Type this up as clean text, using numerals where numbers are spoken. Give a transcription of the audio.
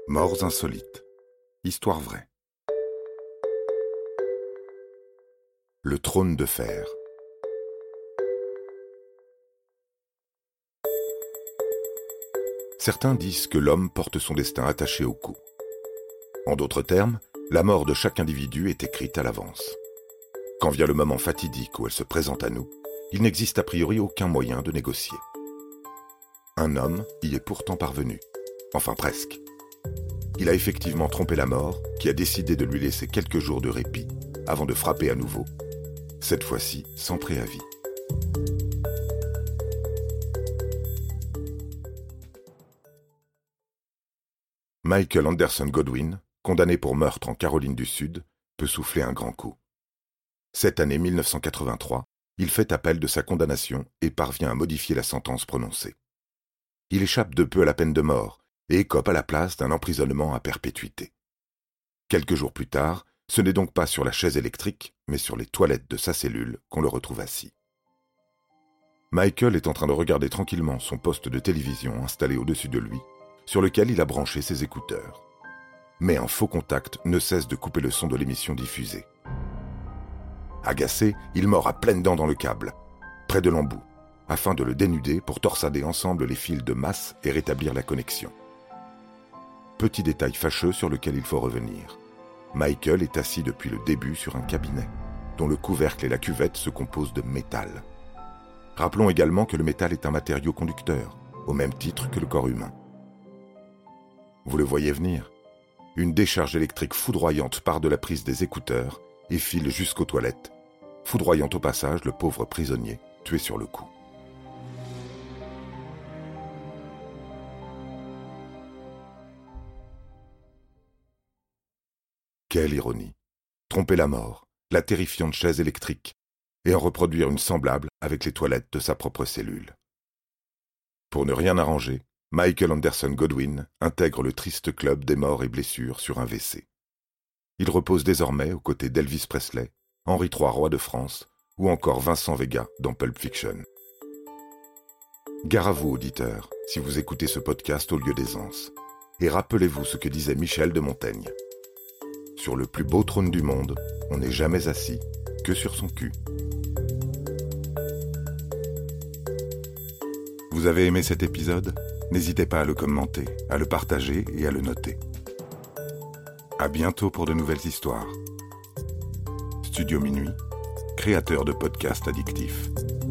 Morts insolites. Histoire vraie. Le trône de fer. Certains disent que l'homme porte son destin attaché au cou. En d'autres termes, la mort de chaque individu est écrite à l'avance. Quand vient le moment fatidique où elle se présente à nous, il n'existe a priori aucun moyen de négocier. Un homme y est pourtant parvenu. Enfin presque. Il a effectivement trompé la mort, qui a décidé de lui laisser quelques jours de répit, avant de frapper à nouveau, cette fois-ci sans préavis. Michael Anderson Godwin, condamné pour meurtre en Caroline du Sud, peut souffler un grand coup. Cette année 1983, il fait appel de sa condamnation et parvient à modifier la sentence prononcée. Il échappe de peu à la peine de mort et écope à la place d'un emprisonnement à perpétuité. Quelques jours plus tard, ce n'est donc pas sur la chaise électrique, mais sur les toilettes de sa cellule qu'on le retrouve assis. Michael est en train de regarder tranquillement son poste de télévision installé au-dessus de lui, sur lequel il a branché ses écouteurs. Mais un faux contact ne cesse de couper le son de l'émission diffusée. Agacé, il mord à pleines dents dans le câble, près de l'embout, afin de le dénuder pour torsader ensemble les fils de masse et rétablir la connexion. Petit détail fâcheux sur lequel il faut revenir. Michael est assis depuis le début sur un cabinet, dont le couvercle et la cuvette se composent de métal. Rappelons également que le métal est un matériau conducteur, au même titre que le corps humain. Vous le voyez venir. Une décharge électrique foudroyante part de la prise des écouteurs et file jusqu'aux toilettes, foudroyant au passage le pauvre prisonnier, tué sur le coup. Quelle ironie! Tromper la mort, la terrifiante chaise électrique, et en reproduire une semblable avec les toilettes de sa propre cellule. Pour ne rien arranger, Michael Anderson Godwin intègre le triste club des morts et blessures sur un WC. Il repose désormais aux côtés d'Elvis Presley, Henri III, roi de France, ou encore Vincent Vega dans Pulp Fiction. Gare à vous, auditeurs, si vous écoutez ce podcast au lieu d'aisance. Et rappelez-vous ce que disait Michel de Montaigne. Sur le plus beau trône du monde, on n'est jamais assis que sur son cul. Vous avez aimé cet épisode ? N'hésitez pas à le commenter, à le partager et à le noter. À bientôt pour de nouvelles histoires. Studio Minuit, créateur de podcasts addictifs.